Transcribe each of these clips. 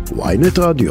ynet רדיו.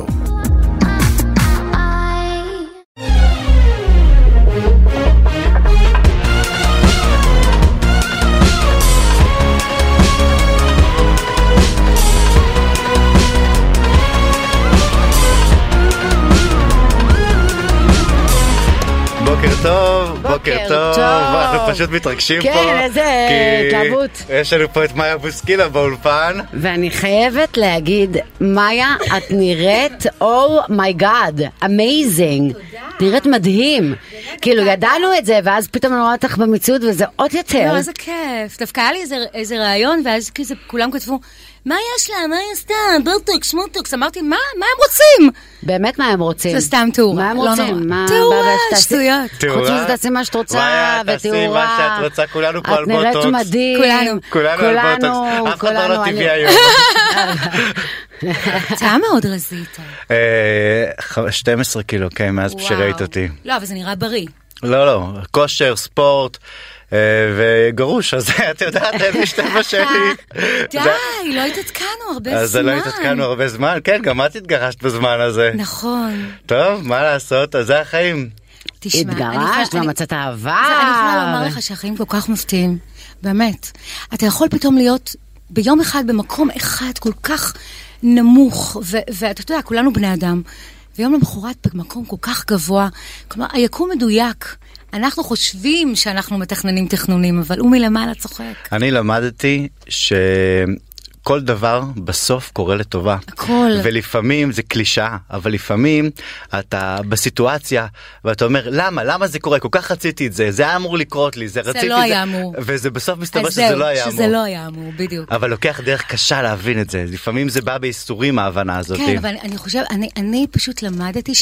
בוקר טוב, אנחנו פשוט מתרגשים פה. כן, איזה התלהבות. יש לנו פה את מאיה בוסקילה באולפן. ואני חייבת להגיד, מאיה, את נראית, oh my god, amazing. נראית מדהים. כאילו, ידענו את זה, ואז פתאום אני רואה אותך במציאות, וזה עוד יותר. לא, איזה כיף. דווקא היה לי איזה רעיון, ואז כזה כולם כתבו, מה יש לה? מה היא עשתה? ברטוקס, שמוטוקס. אמרתי, מה הם רוצים? באמת מה הם רוצים? זה סתם תאורה. מה הם רוצים? תאורה, שטויות. חוץ מזה תעשי מה שאת רוצה, ותאורה. תעשי מה שאת רוצה, כולנו פה על בוטוקס. את נראית מדהים. כולנו על בוטוקס. אף אחד לא טבעי היום. אתה מאוד רזית. 12 קילו, כן, מאז שראית אותי. לא, אבל זה נראה בריא. לא, כושר, ספורט. וגרוש, אז את יודעת, אין משתמע שלי. די, לא התעדכנו הרבה זמן. אז לא התעדכנו הרבה זמן, כן, גם את התגרשת בזמן הזה. נכון. טוב, מה לעשות, אז זה החיים. התגרשת, ומצאת אהבה. אני יכולה לומר לך שהחיים כל כך מפתיעים, באמת. אתה יכול פתאום להיות ביום אחד, במקום אחד, כל כך נמוך, ואתה יודע, כולנו בני אדם, ויום למחרת במקום כל כך גבוה, כלומר, היקום מדויק. אנחנו חושבים שאנחנו מתכננים תכנונים, אבל הוא מלמעלה צוחק. אני למדתי שכל דבר בסוף קורה לטובה. הכל. ולפעמים זה קלישה, אבל לפעמים אתה בסיטואציה, ואתה אומר, למה זה קורה? כל כך רציתי את זה, זה היה אמור לקרות לי, זה לא היה אמור. וזה בסוף מסתבר שזה לא היה אמור. שזה לא היה אמור, בדיוק. אבל לוקח דרך קשה להבין את זה. לפעמים זה בא באיסורים ההבנה הזאת. כן, אבל אני חושב, אני פשוט למדתי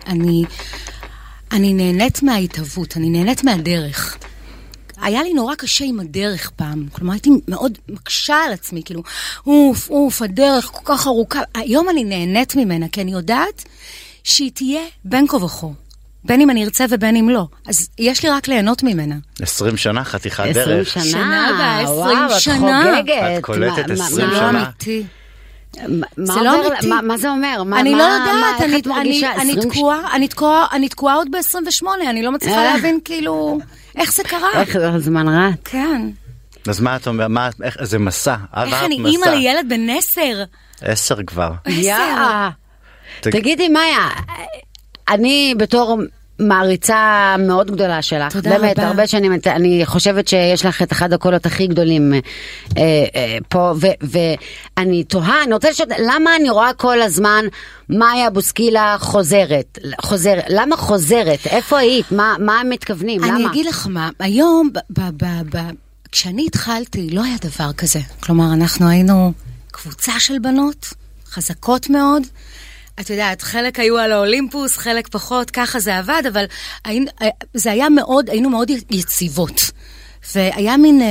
אני נהנית מההתהוות, אני נהנית מהדרך. היה לי נורא קשה עם הדרך פעם, כלומר הייתי מאוד מקשה על עצמי, כאילו, הדרך כל כך ארוכה. היום אני נהנית ממנה, כי אני יודעת שהיא תהיה בין כה וכה. בין אם אני ארצה ובין אם לא. אז יש לי רק ליהנות ממנה. 20 שנה, חתיכת דרך. 20 שנה, 20 שנה. את קולטת 20 זה שנה. לא אמיתי. זה לא אמיתי. מה זה אומר? אני לא יודעת, אני תקועה עוד ב-28, אני לא מצליחה להבין כאילו איך זה קרה. איך זה זמן רע? כן. אז מה את אומרת? זה מסע. איך אני אימא לילד בן 10? 10 כבר. 10. תגידי מאיה, אני בתור מעריצה מאוד גדולה שלך. תודה באמת, רבה. הרבה שנים, אני חושבת שיש לך את אחד הקולות הכי גדולים פה, ואני תוהה, אני רוצה לשאול, למה אני רואה כל הזמן מאיה בוסקילה חוזרת? למה חוזרת? איפה היית? מה הם מתכוונים? אני למה? אגיד לך מה, היום, כשאני התחלתי, לא היה דבר כזה. כלומר, אנחנו היינו קבוצה של בנות, חזקות מאוד, את יודעת, חלק היו על האולימפוס, חלק פחות, ככה זה עבד, אבל זה היה מאוד, היינו מאוד יציבות. והיה מין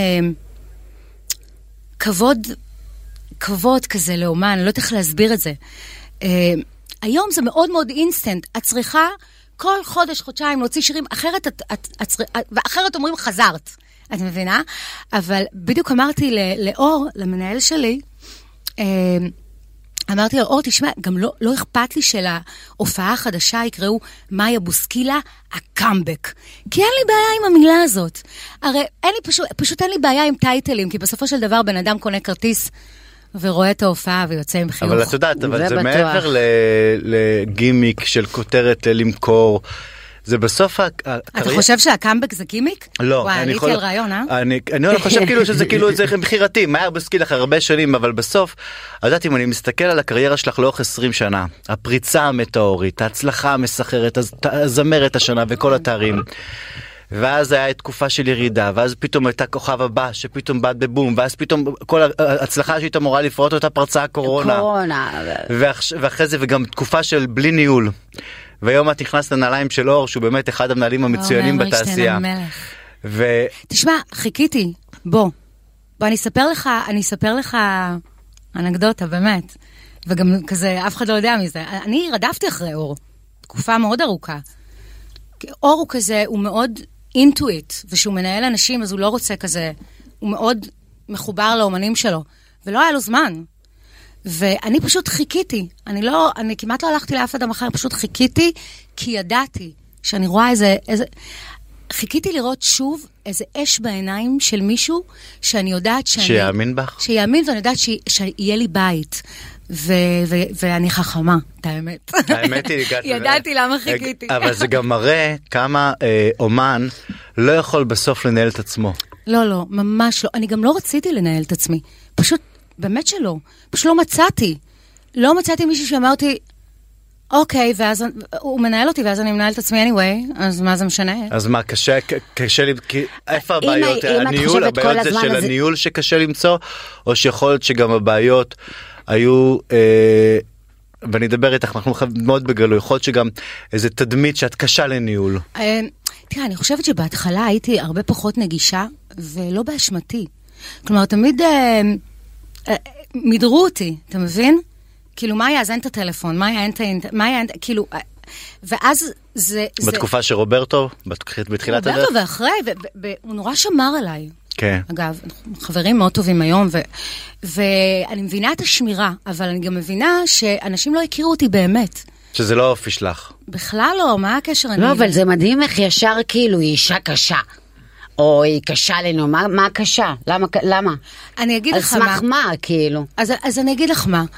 כבוד כזה לאומן, אני לא יודעת איך להסביר את זה. היום זה מאוד מאוד אינסטנט. את צריכה כל חודש, חודשיים להוציא שירים, ואחרת אומרים חזרת. את מבינה? אבל בדיוק אמרתי לאור, למנהל שלי, אמרתי לו, אור, תשמע, גם לא אכפת לי של ההופעה החדשה יקראו מאיה בוסקילה, הקאמבק. כי אין לי בעיה עם המילה הזאת. הרי פשוט אין לי בעיה עם טייטלים, כי בסופו של דבר בן אדם קונה כרטיס ורואה את ההופעה ויוצא עם חיוך. אבל את יודעת, אבל זה מעבר לגימיק של כותרת למכור. זה בסוף אתה חושב שהקאמבק זה גימיק? לא. אני הייתי על רעיון, אני חושב כאילו שזה כאילו זה מחירתי, מאיה בוסקילה אחרי הרבה שנים, אבל בסוף, יודעת, אם אני מסתכל על הקריירה שלך לאורך 20 שנה, הפריצה המטאורית, ההצלחה המסחררת, הזמרת השנה וכל התארים, ואז היה תקופה של ירידה, ואז פתאום הייתה כוכב הבא, שפתאום באת בבום, ואז פתאום כל ההצלחה שהיית אמורה לפרוט אותה פרצה הקורונה. ואחרי זה, וגם תקופה של בלי ניהול. והיום את נכנסת לנעליים של אור, שהוא באמת אחד המנהלים המצוינים בתעשייה. תשמע, חיכיתי, בוא אני אספר לך אנקדוטה, באמת. וגם כזה, אף אחד לא יודע מזה. אני רדפתי אחרי אור, תקופה מאוד ארוכה. אור הוא כזה, הוא מאוד אינטואיט, ושהוא מנהל אנשים, אז הוא לא רוצה כזה, הוא מאוד מחובר לאומנים שלו, ולא היה לו זמן. ואני פשוט חיכיתי. אני כמעט לא הלכתי לאף אדם אחר, פשוט חיכיתי, כי ידעתי שאני רואה איזה... חיכיתי לראות שוב איזה אש בעיניים של מישהו שאני יודעת שיאמין בך? שיאמין, ואני יודעת שיהיה לי בית. ואני חכמה, את האמת. האמת היא, ידעתי למה חיכיתי. אבל זה גם מראה כמה אומן לא יכול בסוף לנהל את עצמו. לא, ממש לא. אני גם לא רציתי לנהל את עצמי. פשוט, באמת שלא. פשוט לא מצאתי. לא מצאתי מישהו שאמר אותי, אוקיי, ואז הוא מנהל אותי, ואז אני מנהל את עצמי anyway, אז מה זה משנה? אז מה, קשה לי, איפה הבעיות? הניהול, הבעיות זה של הניהול שקשה למצוא, או שיכול להיות שגם הבעיות היו, ואני אדבר איתך, אנחנו מאוד בגלוי, יכול להיות שגם איזה תדמית שאת קשה לניהול. תראה, אני חושבת שבהתחלה הייתי הרבה פחות נגישה, ולא באשמתי. כלומר, תמיד מדרו אותי, אתה מבין? כאילו, מה יאזן את הטלפון? מה יאזן, כאילו, ואז זה... בתקופה שרוברטו, בתחילת הדרך? רוברטו ואחרי, הוא נורא שמר עליי. כן. אגב, חברים מאוד טובים היום, ואני מבינה את השמירה, אבל אני גם מבינה שאנשים לא הכירו אותי באמת. שזה לא אופי שלך. בכלל לא, מה הקשר? לא, אבל זה מדהים איך ישר כאילו היא אישה קשה. או היא קשה לנו, מה קשה? למה? אני אגיד לך מה. על סמך מה, כאילו? אז אני אגיד לך מה.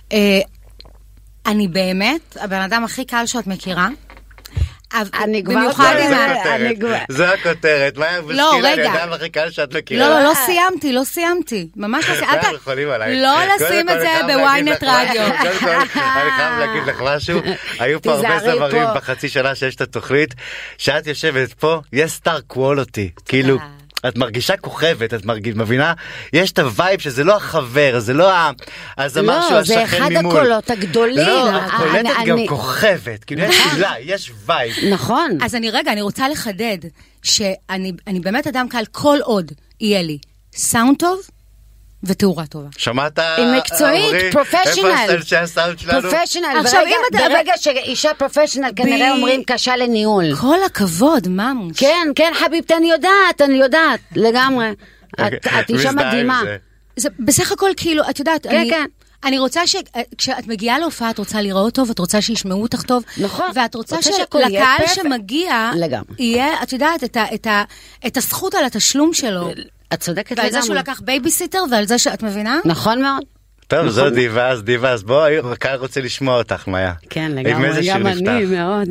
אני באמת, הבן אדם הכי קל שאת מכירה, אני כבר... זה הכותרת, מה היה בסקילה, אני יודע הכי קל שאת מכירה. לא סיימתי, ממש לא סיימתי. לא לשים את זה בוויינט רדיו. אני חייב להגיד לך משהו, היו פה הרבה זמרים בחצי שנה שיש את התוכנית, שאת יושבת פה, יש סטאר קוולטי, כאילו... את מרגישה כוכבת, את מבינה? יש את הווייב שזה לא החבר, זה לא הזמר שהוא השכן ממול. לא, זה אחד הקולות הגדולים. לא, הקולטת גם כוכבת, כאילו יש מילה, יש וייב. נכון. אז אני רוצה לחדד, שאני באמת אדם קל כל עוד יהיה לי סאונד טוב, ותאורה טובה. שמעת? היא מקצועית, פרופשיונל. איפה אנשי הסאונד שלנו? פרופשיונל. ברגע שאישה פרופשיונל כנראה אומרים קשה לניהול. כל הכבוד, ממוש. כן, חביבת, אני יודעת, לגמרי. את אישה מדהימה. בסך הכל כאילו, את יודעת, כן. אני רוצה שכשאת מגיעה להופעה, את רוצה לראות טוב, את רוצה שישמעו אותך טוב. נכון. ואת רוצה שלקהל שמגיע, יהיה, את יודעת, את הזכות על התשלום שלו. את צודקת לגמרי. ועל זה שהוא לקח בייביסיטר, ועל זה שאת מבינה? נכון מאוד. טוב, זו דיבה, אז בואי, הקהל רוצה לשמוע אותך, מאיה. כן, לגמרי, גם אני מאוד.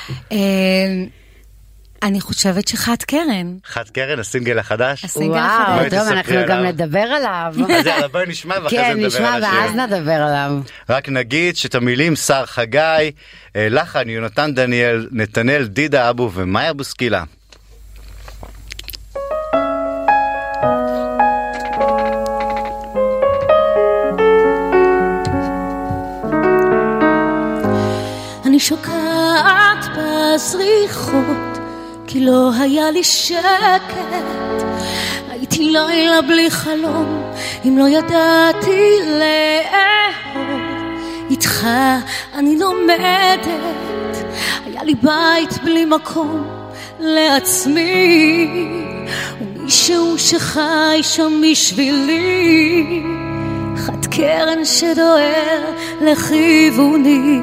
אני חושבת שחד קרן. חד קרן, הסינגל החדש? וואו, טוב, אנחנו גם נדבר עליו. אז יאללה, בואי נשמע ואחרי זה נדבר על השיר. כן, נשמע ואז נדבר עליו. רק נגיד שאת המילים שר חגי, לחן יונתן דניאל, נתנאל דידה אבו ומאיה בוסקילה. אני שוקעת בזריחות, כי לא היה לי שקט. הייתי לילה בלי חלום, אם לא ידעתי לאהוב. איתך אני לומדת, היה לי בית בלי מקום לעצמי, ומישהו שחי שם בשבילי, חד קרן שדואר לכיווני.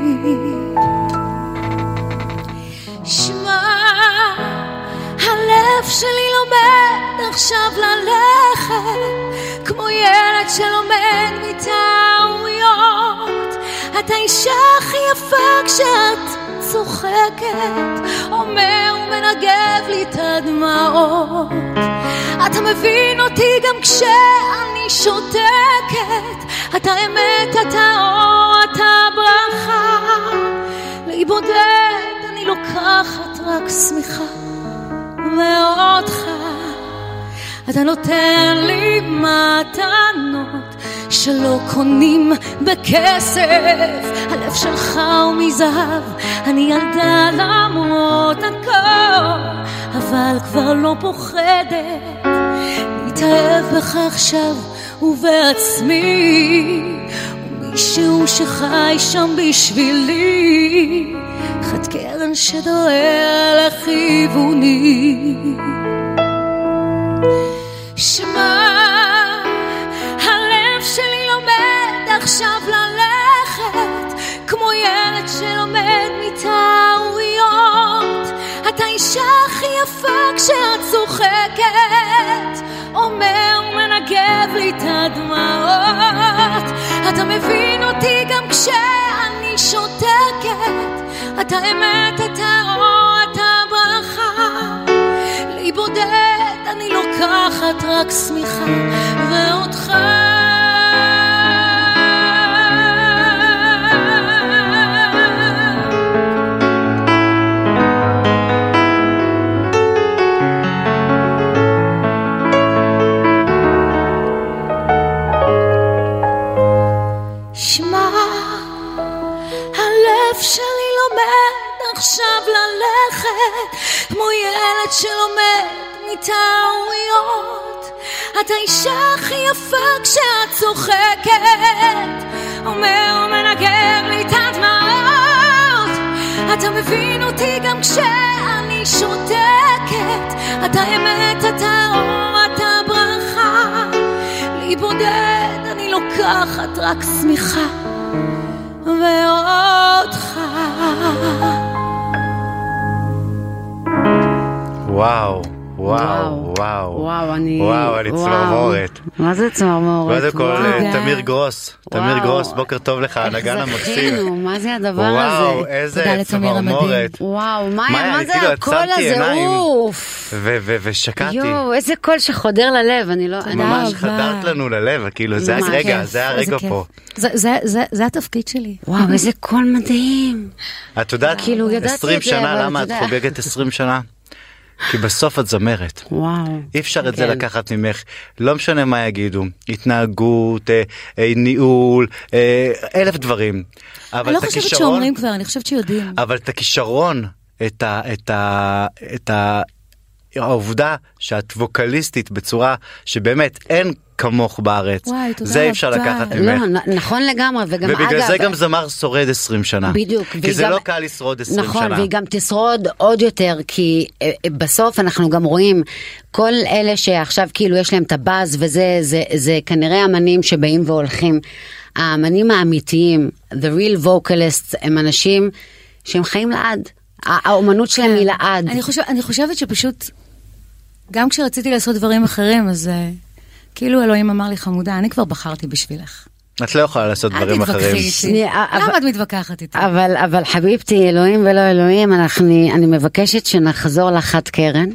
שמע, הלב שלי לומד עכשיו ללכת, כמו ילד שלומד מטעויות. את האישה הכי יפה כשאת צוחקת, אומר ומנגב לי את הדמעות. אתה מבין אותי גם כשאני שותקת, אתה אמת, אתה אור, אתה ברכה. להיבודד אני לוקחת רק שמחה, ואותך אתה נותן לי מתנות שלא קונים בכסף. הלב שלך הוא מזהב, אני ילדה למרות הכל, אבל כבר לא פוחדת להתאהב בך עכשיו ובעצמי, ומישהו שחי שם בשבילי, חד קרן שדואר לכיווני. שמע, הלב שלי לומד עכשיו ללכת כמו ילד שלומד מטעויות. את האישה הכי יפה כשאת צוחקת, אומר ומנגב לי את הדמעות. אתה מבין אותי גם כשאני שותקת, את האמת, את האור, את הברכה. לי בודד אני לוקחת רק שמיכה ואותך. שמע, הלב שלי לומד עכשיו ללכת כמו ילד שלומד מטעויות. את האישה הכי יפה כשאת צוחקת, אומר ומנגב לי את הדמעות. אתה מבין אותי גם כשאני שותקת, את האמת, את האור, את הברכה. לי בודד אני לוקחת רק שמיכה ואותך. וואו, וואו, וואו. וואו, אני צמרמורת. מה זה צמרמורת? קודם כל, תמיר גרוס, בוקר טוב לך, הנגן המקסים. זכינו, מה זה הדבר הזה? וואו, איזה צמרמורת. וואו, מה זה הקול הזה? אוף. ושקעתי. יואו, איזה קול שחודר ללב, אני לא... ממש חדרת לנו ללב, כאילו, זה הרגע פה. זה התפקיד שלי. וואו, איזה קול מדהים. את יודעת, 20 שנה, למה את חוגגת 20 שנה? כי בסוף את זמרת. וואו. אי אפשר את זה לקחת ממך. לא משנה מה יגידו. התנהגות, ניהול, 1000 דברים. אני לא חושבת שאומרים כבר, אני חושבת שיודעים. אבל את הכישרון, את העובדה שאת ווקליסטית בצורה שבאמת אין כמוך בארץ. וואי, תודה זה אי אפשר לקחת ממך. לא, נכון לגמרי, וגם אגב... ובגלל זה גם זמר שורד 20 שנה. בדיוק. כי זה לא קל לשרוד 20 שנה. נכון, והיא גם תשרוד עוד יותר, כי בסוף אנחנו גם רואים, כל אלה שעכשיו כאילו יש להם את הבאז, וזה זה כנראה אמנים שבאים והולכים. האמנים האמיתיים, the real vocalists, הם אנשים שהם חיים לעד. האומנות שלהם היא לעד. אני חושבת שפשוט, גם כשרציתי לעשות דברים אחרים, אז כאילו אלוהים אמר לי, חמודה, אני כבר בחרתי בשבילך. את לא יכולה לעשות דברים אחרים. אל תתווכחי איתי. למה את מתווכחת איתי? אבל חביבתי, אלוהים ולא אלוהים, אני מבקשת שנחזור לחד קרן.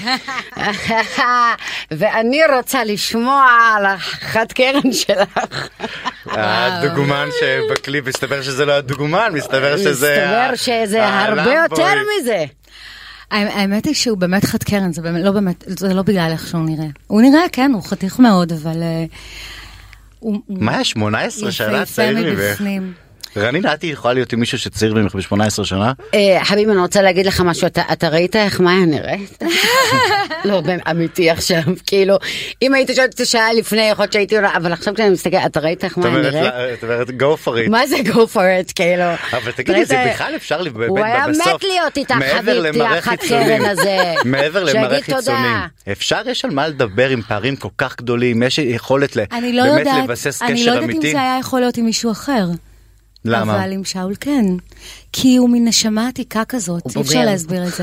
ואני רוצה לשמוע על החד קרן שלך. הדוגמן שבקליפ, מסתבר שזה לא הדוגמן, מסתבר שזה הרבה יותר מזה. האמת היא שהוא באמת חד קרן, זה לא בגלל איך שהוא נראה. הוא נראה, כן, הוא חתיך מאוד, אבל... מה, 18 שנה צעיר ממך? רנין, את יכולה להיות עם מישהו שצעיר ממך ב-18 שנה? חביב, אני רוצה להגיד לך משהו, אתה ראית איך מאיה נראית? לא, אמיתי עכשיו, כאילו, אם היית שואלת את השעה לפני, יכול להיות שהייתי עולה, אבל עכשיו כשאני מסתכל, אתה ראית איך מאיה נראית? את אומרת, go for it. מה זה go for it, כאילו? אבל תגידי, זה בכלל אפשר לבית הוא היה מת להיות איתך, חביבתי, החד קרן הזה. מעבר למראה חיצוני. אפשר, יש על מה לדבר עם פערים כל כך גדולים, יש יכולת באמת לבסס קשר אמיתי. אני לא יודעת אם זה היה יכול להיות עם מישהו אחר. למה? אבל עם שאול כן. כי הוא מן נשמה עתיקה כזאת, אי אפשר להסביר את זה.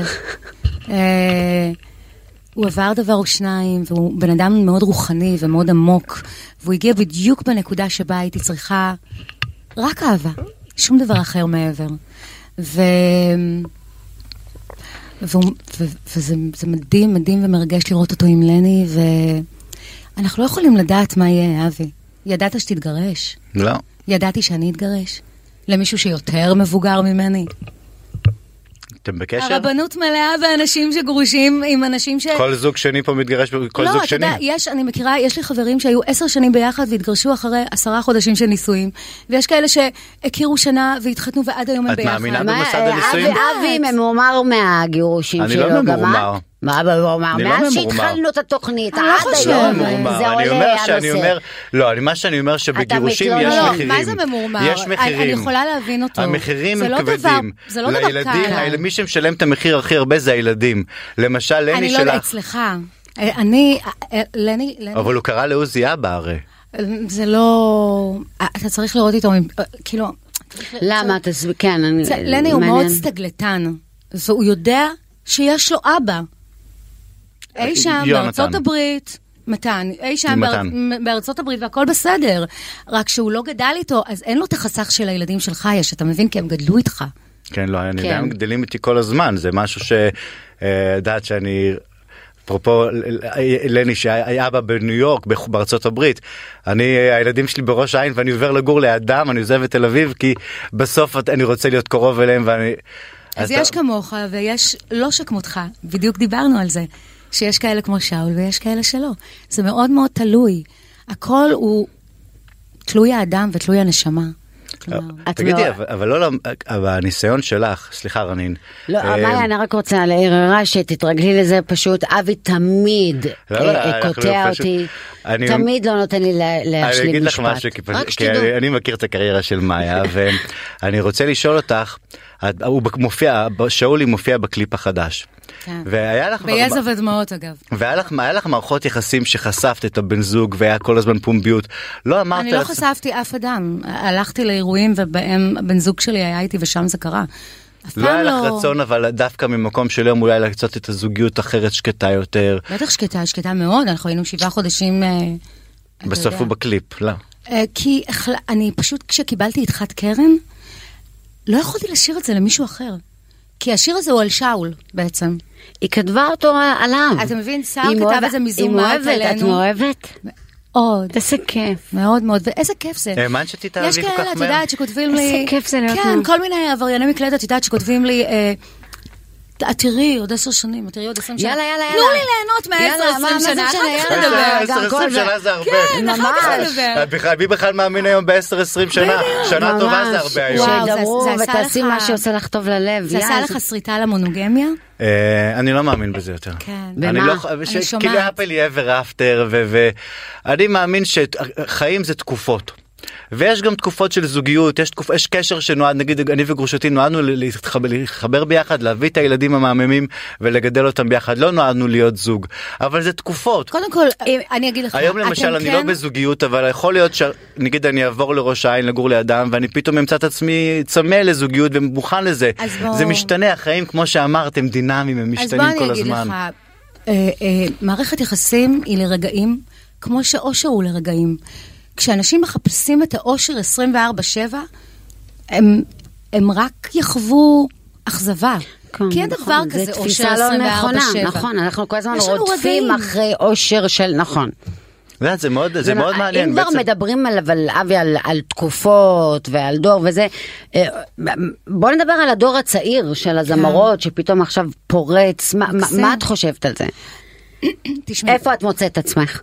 הוא עבר דבר או שניים, והוא בן אדם מאוד רוחני ומאוד עמוק, והוא הגיע בדיוק בנקודה שבה הייתי צריכה רק אהבה, שום דבר אחר מעבר. וזה מדהים, מדהים ומרגש לראות אותו עם לני, ואנחנו לא יכולים לדעת מה יהיה, אבי. ידעת שתתגרש? לא. ידעתי שאני אתגרש. למישהו שיותר מבוגר ממני. אתם בקשר? הרבנות מלאה באנשים שגרושים עם אנשים ש... כל זוג שני פה מתגרש בכל זוג שני? לא, אתה יודע, אני מכירה, יש לי חברים שהיו 10 שנים ביחד והתגרשו אחרי 10 חודשים של נישואים, ויש כאלה שהכירו שנה והתחתנו ועד היום הם ביחד. את מאמינה במסד הנישואים? אבי ממומר מהגירושים שלו. אני לא ממומר. מה ממומר? מאז שהתחלנו את התוכנית, עד היום זה עולה הנושא. לא, מה שאני אומר שבגירושים יש מחירים. מה זה ממומר? יש מחירים. אני יכולה להבין אותו. המחירים הם כבדים. זה לא דבר קל. מי שמשלם את המחיר הכי הרבה זה הילדים. למשל, לני אני שלך. לא יודעת, סליחה. לני... אבל הוא קרא לעוזי אבא הרי. זה לא... אתה צריך לראות איתו, כאילו... למה? כן, לני הוא מאוד סטגלטן, והוא יודע שיש לו אבא. אי שם בארצות הברית, מתן, אי שם בארצות הברית, והכל בסדר. רק שהוא לא גדל איתו, אז אין לו את החסך של הילדים שלך יש, אתה מבין? כי הם גדלו איתך. כן, לא, אני יודע, הם גדלים איתי כל הזמן, זה משהו שדעת שאני... אפרופו לני שהיה אבא בניו יורק בארצות הברית, הילדים שלי בראש העין ואני עובר לגור לידם, אני עוזב את תל אביב כי בסוף אני רוצה להיות קרוב אליהם ואני... אז יש כמוך ויש לא שכמותך, בדיוק דיברנו על זה, שיש כאלה כמו שאול ויש כאלה שלא, זה מאוד מאוד תלוי, הכל הוא תלוי האדם ותלוי הנשמה. תגידי, אבל לא, הניסיון שלך, סליחה רנין. לא, מאיה, אני רק רוצה להערה שתתרגלי לזה פשוט, אבי תמיד קוטע אותי, תמיד לא נותן לי להשלים משפט. אני אגיד לך משהו, כי אני מכיר את הקריירה של מאיה, ואני רוצה לשאול אותך, שאולי מופיע בקליפ החדש. ביזע ודמעות אגב. והיה לך מערכות יחסים שחשפת את הבן זוג והיה כל הזמן פומביות. אני לא חשפתי אף אדם. הלכתי לאירועים ובהם הבן זוג שלי היה איתי ושם זה קרה. לא היה לך רצון אבל דווקא ממקום של יום אולי לקצות את הזוגיות אחרת שקטה יותר. בטח שקטה מאוד. אנחנו היינו 7 חודשים. בסוף הוא בקליפ, לא. כי אני פשוט כשקיבלתי את חד קרן לא יכולתי לשיר את זה למישהו אחר. כי השיר הזה הוא על שאול בעצם. היא כתבה אותו עליו. אתה מבין, שר כתב איזה מזומרת עלינו. את מאוהבת? מאוד. איזה כיף. מאוד מאוד, ואיזה כיף זה. האמן שתתאהבי כל כך מהר. יש כאלה, את יודעת, שכותבים לי... איזה כיף זה להיות... כן, כל מיני עברייני מקלטת, את יודעת, שכותבים לי... תראי, עוד 10 שנים, תראי עוד 20 שנה. יאללה. תנו לי ליהנות מה-10-20 שנה. 10-20 שנה זה הרבה. כן, אחר כך נדבר. מי בכלל מאמין היום ב-10-20 שנה? שנה טובה זה הרבה היום. שידברו ותעשי מה שעושה לך טוב ללב. זה עשה לך שריטה למונוגמיה? אני לא מאמין בזה יותר. כן. במה? אני כאילו אפלי ever after, ואני מאמין שחיים זה תקופות. ויש גם תקופות של זוגיות, יש קשר שנועד, נגיד אני וגרושתי נועדנו להתחבר ביחד, להביא את הילדים המאממים ולגדל אותם ביחד, לא נועדנו להיות זוג, אבל זה תקופות. קודם כל, אני אגיד לך, היום למשל אני לא בזוגיות, אבל יכול להיות שנגיד אני אעבור לראש העין לגור לידם, ואני פתאום אמצא את עצמי צמא לזוגיות ומוכן לזה. זה משתנה, החיים כמו שאמרתם, דינמיים, הם משתנים כל הזמן. אז בוא אני אגיד לך, מערכת יחסים היא לרגעים, כמו שאושר הוא לרגעים. כשאנשים מחפשים את האושר 24/7, הם רק יחוו אכזבה. כי אין דבר כזה אושר 24/7. נכון, אנחנו כל הזמן רודפים אחרי אושר של, נכון. זה מאוד מעניין. אם כבר מדברים על תקופות ועל דור וזה, בוא נדבר על הדור הצעיר של הזמרות, שפתאום עכשיו פורץ. מה את חושבת על זה? איפה את מוצאת עצמך?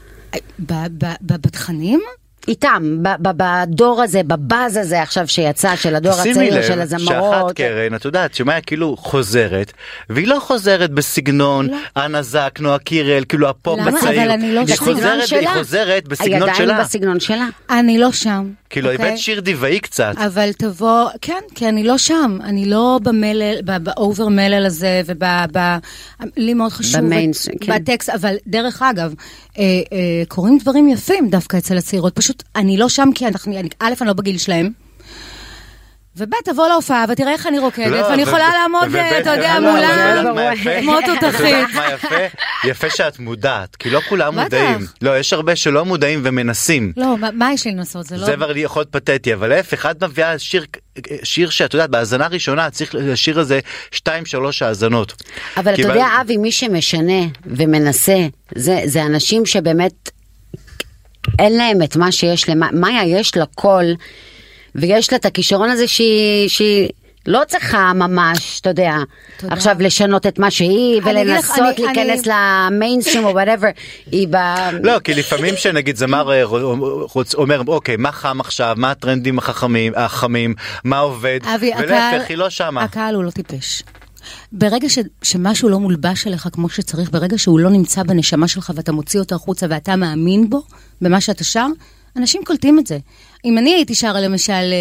בתכנים? איתם, בדור הזה, בבאז הזה עכשיו שיצא של הדור הצעיר של הזמרות. שימי לב שאחת קרן, את יודעת, שמיה כאילו חוזרת, והיא לא חוזרת בסגנון הנזק, נועה קירל, כאילו הפופ הצעיר. אבל אני לא שם. היא חוזרת בסגנון שלה. עדיין בסגנון שלה. אני לא שם. כאילו, היא בית שיר דיוואי קצת. אבל תבוא, כן, כי אני לא שם. אני לא באובר מלל הזה, לי מאוד חשוב. בטקסט, אבל דרך אגב, קוראים דברים יפים דווקא אצל הצעירות. פשוט, אני לא שם כי א', אני לא בגיל שלהם. וב' תבוא להופעה ותראה איך אני רוקדת, ואני יכולה לעמוד, אתה יודע, מולה, כמו תותחית. יפה שאת מודעת, כי לא כולם מודעים. לא, יש הרבה שלא מודעים ומנסים. לא, מה יש לי לנסות? זה כבר יכול להיות פתטי, אבל להפך, את מביאה שיר שאת יודעת, בהאזנה ראשונה צריך לשיר הזה 2-3 האזנות. אבל אתה יודע, אבי, מי שמשנה ומנסה, זה אנשים שבאמת אין להם את מה שיש להם. מאיה יש לה קול, ויש לה את הכישרון הזה שהיא לא צריכה ממש, אתה יודע, עכשיו לשנות את מה שהיא, ולנסות להיכנס למיינסטרים או whatever, לא, כי לפעמים שנגיד זמר אומר, אוקיי, מה חם עכשיו, מה הטרנדים החמים, מה עובד, ולהפך, היא לא שמה. הקהל הוא לא טיפש. ברגע שמשהו לא מולבש עליך כמו שצריך, ברגע שהוא לא נמצא בנשמה שלך, ואתה מוציא אותו החוצה, ואתה מאמין בו, במה שאתה שר, אנשים קולטים את זה. אם אני הייתי שרה למשל,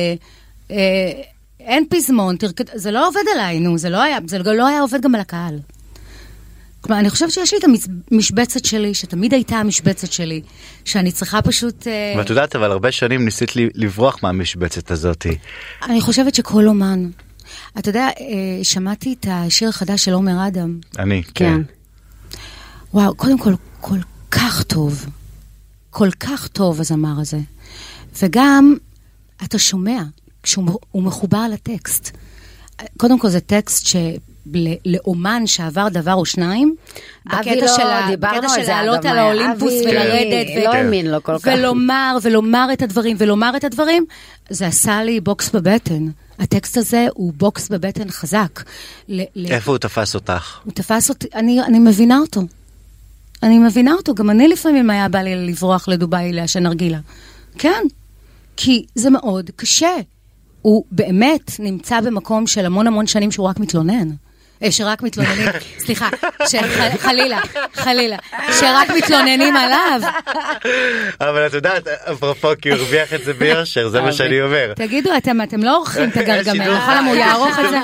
אין פזמון, זה לא עובד עליי, נו, זה לא היה עובד גם על הקהל. כלומר, אני חושבת שיש לי את המשבצת שלי, שתמיד הייתה המשבצת שלי, שאני צריכה פשוט... ואת יודעת, אבל הרבה שנים ניסית לברוח מהמשבצת הזאת. אני חושבת שכל אומן. אתה יודע, שמעתי את השיר החדש של עומר אדם. אני, כן. וואו, קודם כל כך טוב. כל כך טוב הזמר הזה. וגם, אתה שומע, כשהוא מחובר לטקסט. קודם כל זה טקסט לאומן שעבר דבר או שניים, בקטע של לעלות על האולימפוס ולרדת, ולומר את הדברים, זה עשה לי בוקס בבטן. הטקסט הזה הוא בוקס בבטן חזק. איפה הוא תפס אותך? הוא תפס אותי, אני מבינה אותו. אני מבינה אותו, גם אני לפעמים היה בא לי לברוח לדוביי לעשן נרגילה. כן, כי זה מאוד קשה. הוא באמת נמצא במקום של המון שנים שהוא רק מתלונן. שרק מתלוננים, סליחה, חלילה, שרק מתלוננים עליו. אבל את יודעת, אפרופו, כי הוא הרוויח את זה ביושר, זה מה שאני אומר. תגידו, אתם לא עורכים את הגרגמל, נכון? הוא יערוך את זה.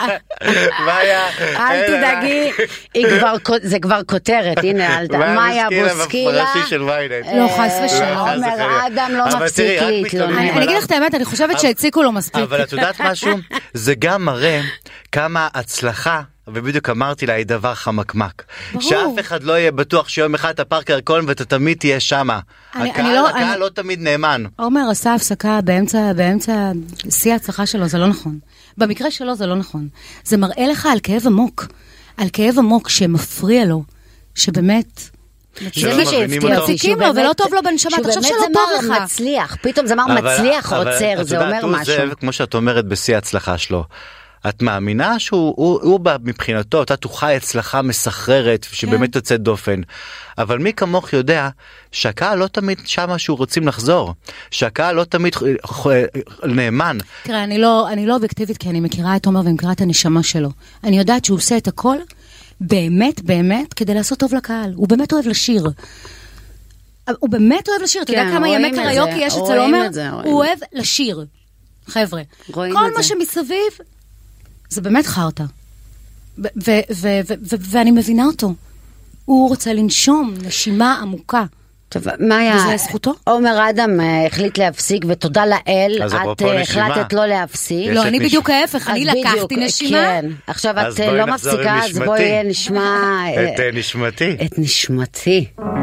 אל תדאגי, זה כבר כותרת, הנה, מאיה בוסקילה. לא, חס ושלום. עומר אדם לא מפסיק להתלונן. אני אגיד לך את האמת, אני חושבת שהציקו לו מספיק. אבל את יודעת משהו? זה גם מראה כמה הצלחה, ובדיוק אמרתי לה, היא דבר חמקמק. שאף אחד לא יהיה בטוח שיום אחד אתה פארקר קולן ואתה תמיד תהיה שמה. הקהל לא תמיד נאמן. עומר עשה הפסקה באמצע שיא ההצלחה שלו, זה לא נכון. במקרה שלו זה לא נכון. זה מראה לך על כאב עמוק שמפריע לו, שבאמת... זה מי שהפתיע אותי, שהוא באמת, ולא טוב לו בנשמה, אתה חושב שלא טוב לך. זמר מצליח, פתאום זמר מצליח עוצר, זה אומר משהו. זה, כמו שאת אומרת בשיא ההצלחה שלו, את מאמינה שהוא מבחינתו, אתה תוכל הצלחה מסחררת, שבאמת יוצאת דופן. אבל מי כמוך יודע שהקהל לא תמיד שמה שהוא רוצים לחזור. שהקהל לא תמיד נאמן. תראה, אני לא אובייקטיבית, כי אני מכירה את עומר ומכירה את הנשמה שלו. אני יודעת שהוא עושה את הכל, באמת, כדי לעשות טוב לקהל. הוא באמת אוהב לשיר. הוא באמת אוהב לשיר. אתה יודע כמה ימי קריוקי יש אצל עומר? הוא אוהב לשיר. חבר'ה. כל מה שמסביב, זה באמת חרטה. ואני מבינה אותו. הוא רוצה לנשום נשימה עמוקה. טוב, מה היה? וזה זכותו? עומר אדם החליט להפסיק, ותודה לאל, את החלטת לא להפסיק. לא, אני בדיוק ההפך, אני לקחתי נשימה. כן, עכשיו את לא מפסיקה, אז בואי נשמע... את נשמתי. את נשמתי.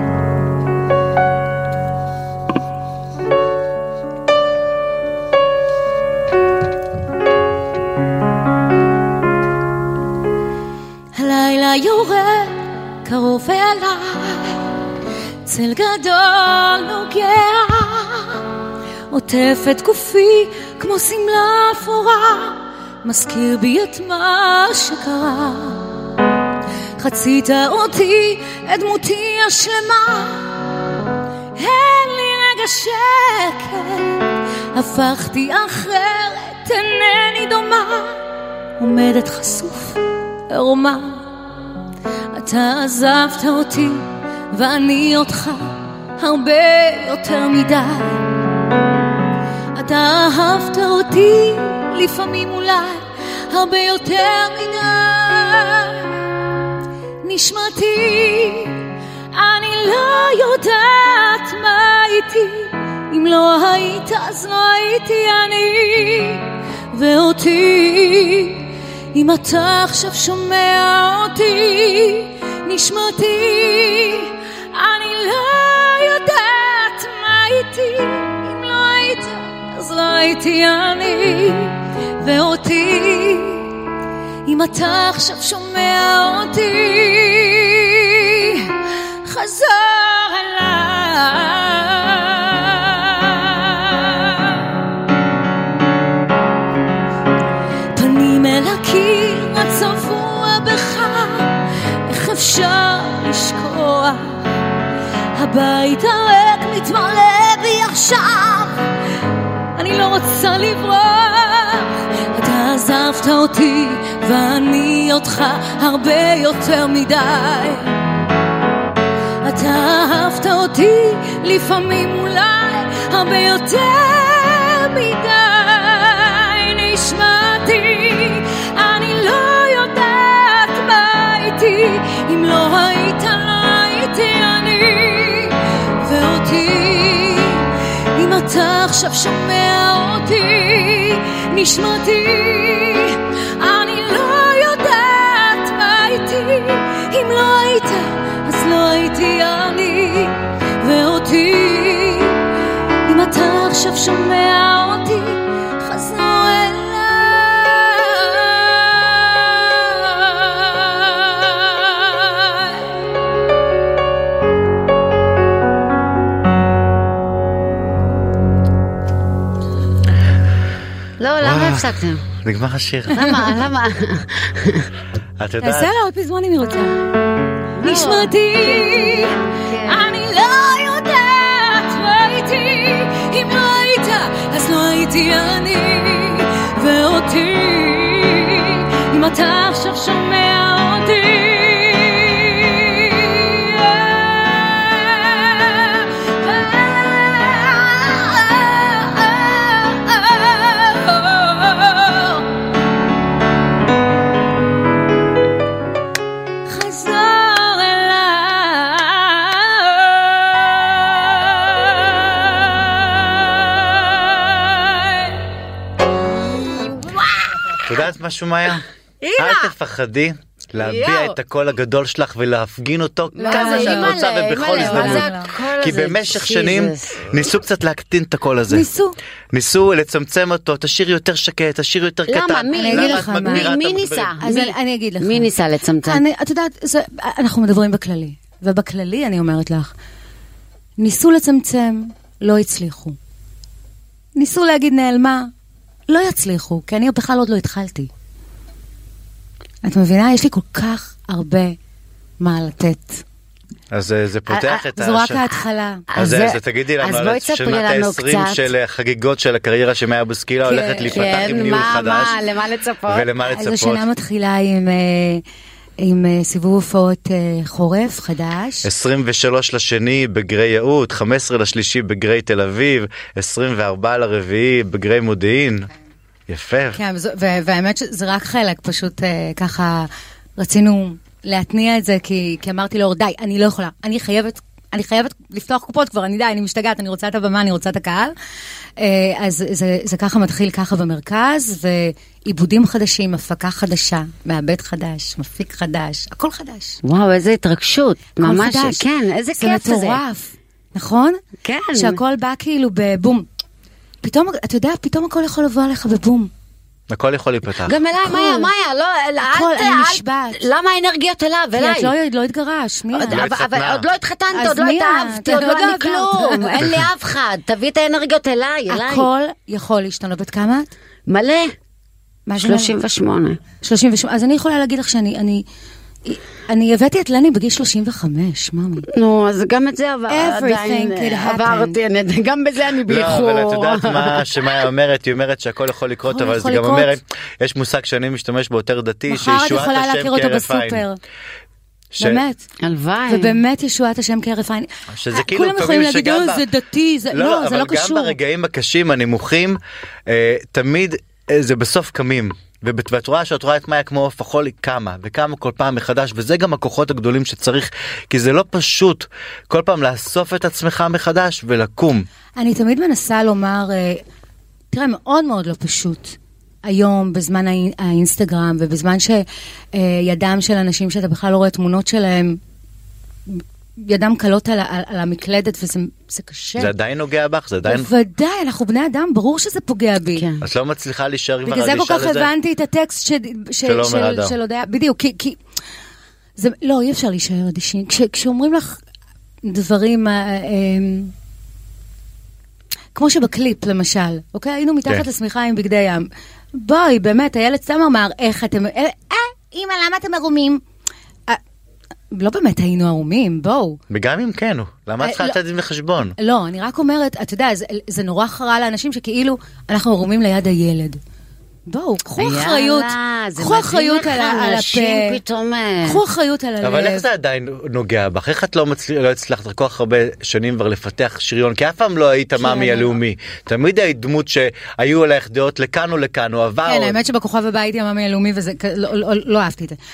הלילה יורד קרוב אליי, צל גדול נוגע, עוטף את גופי כמו סמלה אפורה, מזכיר בי את מה שקרה. חצית אותי את דמותי השלמה, אין לי רגע שקט, הפכתי אחרת, אינני דומה, עומדת חשוף ערומה. אתה עזבת אותי ואני אותך הרבה יותר מדי. אתה אהבת אותי לפעמים אולי הרבה יותר מדי. נשמתי, אני לא יודעת מה הייתי אם לא היית, אז לא הייתי אני. ואותי, אם אתה עכשיו שומע אותי, נשמתי, אני לא יודעת מה הייתי אם לא היית, אז לא הייתי אני. ואותי, אם אתה עכשיו שומע אותי, חזור אליי. פנים אל הקיר הצבוע בך, איך אפשר לשכוח? הבית הריק מתמלא בי עכשיו, אני לא רוצה לברוח. אתה עזבת אותי ואני אותך הרבה יותר מדי. אתה אהבת אותי לפעמים אולי הרבה יותר מדי. נשמתי, אני לא יודעת מה הייתי אם לא עכשיו שומע אותי, נשמתי, אני לא יודעת מה איתי, אם לא היית, אז לא הייתי אני ואותי. אם אתה עכשיו שומע אותי, חזור אליי. לא, למה הפסקתם? נגמר השיר. למה? את יודעת? תעשה לה עוד פזמון אם היא רוצה. נשמתי, אני לא יודעת מה הייתי, אם לא היית, אז לא הייתי אני ואותי. אם אתה עכשיו שומע אותי, את יודעת משהו מאיה? אל תפחדי להביע את הקול הגדול שלך ולהפגין אותו כמה שאת רוצה ובכל הזדמנות. כי במשך שנים ניסו קצת להקטין את הקול הזה. ניסו לצמצם אותו, תשאיר יותר שקט, תשאיר יותר קטן. למה? מי ניסה? אז אני אגיד לך. מי ניסה לצמצם? את יודעת, אנחנו מדברים בכללי, ובכללי אני אומרת לך, ניסו לצמצם, לא הצליחו. ניסו להגיד נעלמה, לא יצליחו, כי אני בכלל עוד לא התחלתי. את מבינה? יש לי כל כך הרבה מה לתת. אז זה פותח את זו רק ההתחלה. אז תגידי לנו על שנת ה-20 של חגיגות של הקריירה שמאיה בוסקילה הולכת להיפתח עם ניהול חדש. למה לצפות? ולמה לצפות? אז השנה מתחילה עם סיבוב הופעות חורף חדש. 23 לשני בגרי יהוד, 15 לשלישי בגרי תל אביב, 24 לרביעי בגרי מודיעין. יפה. כן, והאמת שזה רק חלק, פשוט ככה רצינו להתניע את זה, כי אמרתי לו, די, אני לא יכולה, אני חייבת לפתוח קופות כבר, אני משתגעת, אני רוצה את הבמה, אני רוצה את הקהל. אז זה ככה מתחיל ככה במרכז, ועיבודים חדשים, הפקה חדשה, מעבד חדש, מפיק חדש, הכל חדש. וואו, איזה התרגשות. ממש, חדש. כן, איזה כיף זה. זה מטורף, נכון? כן. שהכל בא כאילו בבום. פתאום, אתה יודע, פתאום הכל יכול לבוא עליך בבום. הכל יכול להיפתח. גם אליי, מאיה, לא, הכל, אני נשבעת. למה האנרגיות אליו, אליי? כי את לא התגרשת, מי? אבל עוד לא התחתנת, עוד לא התאהבתי, עוד לא אני כלום. אין לי אף אחד, תביא את האנרגיות אליי. הכל יכול להשתנות. בת כמה את? מלא. 38. 38. אז אני יכולה להגיד לך אני הבאתי את לני בגיל 35, מאמי. נו, אז גם את זה עדיין עברתי, גם בזה אני באיחור. לא, אבל את יודעת מה שמאיה אומרת, היא אומרת שהכל יכול לקרות, אבל זה גם אומרת, יש מושג שאני משתמש בו יותר דתי, שישועת השם כהרף עין. מחר את יכולה להכיר אותו בסופר. באמת. הלוואי. ובאמת ישועת השם כהרף עין. שזה כאילו קוראים שגם... זה דתי, לא, זה לא קשור. אבל גם ברגעים הקשים, הנמוכים, תמיד זה בסוף קמים. ואת רואה שאת רואה את מאיה כמו עוף החול, היא קמה וקמה כל פעם מחדש, וזה גם הכוחות הגדולים שצריך, כי זה לא פשוט כל פעם לאסוף את עצמך מחדש ולקום. אני תמיד מנסה לומר, תראה, מאוד מאוד לא פשוט היום בזמן האינסטגרם, ובזמן שידם של אנשים שאתה בכלל לא רואה תמונות שלהם, ידם קלות על המקלדת, וזה קשה. זה עדיין נוגע בך? זה עדיין... בוודאי, אנחנו בני אדם, ברור שזה פוגע בי. כן. את לא מצליחה להישאר כבר בגלל זה כל כך הבנתי את הטקסט של הודעה. בדיוק, כי... לא, אי אפשר להישאר אדישים. כשאומרים לך דברים... כמו שבקליפ, למשל, אוקיי? היינו מתחת לשמיכה עם בגדי ים. בואי, באמת, הילד סתם אמר, איך אתם... אמא, למה אתם מרומים? לא באמת היינו ערומים, בואו. וגם אם כן, למה את צריכה לתת דין לחשבון? לא, אני רק אומרת, אתה יודע, זה נורא חרה לאנשים שכאילו אנחנו ערומים ליד הילד. בואו, קחו אחריות. קחו אחריות על הפה. קחו אחריות על הלב. אבל איך זה עדיין נוגע בך? איך את לא הצלחת כל כך הרבה שנים כבר לפתח שריון? כי אף פעם לא היית מאמי הלאומי. תמיד היית דמות שהיו עליך דעות לכאן או לכאן, או עבר. כן, האמת שבכוכב הבא הייתי המאמי הלאומי, וזה לא אהבתי את זה.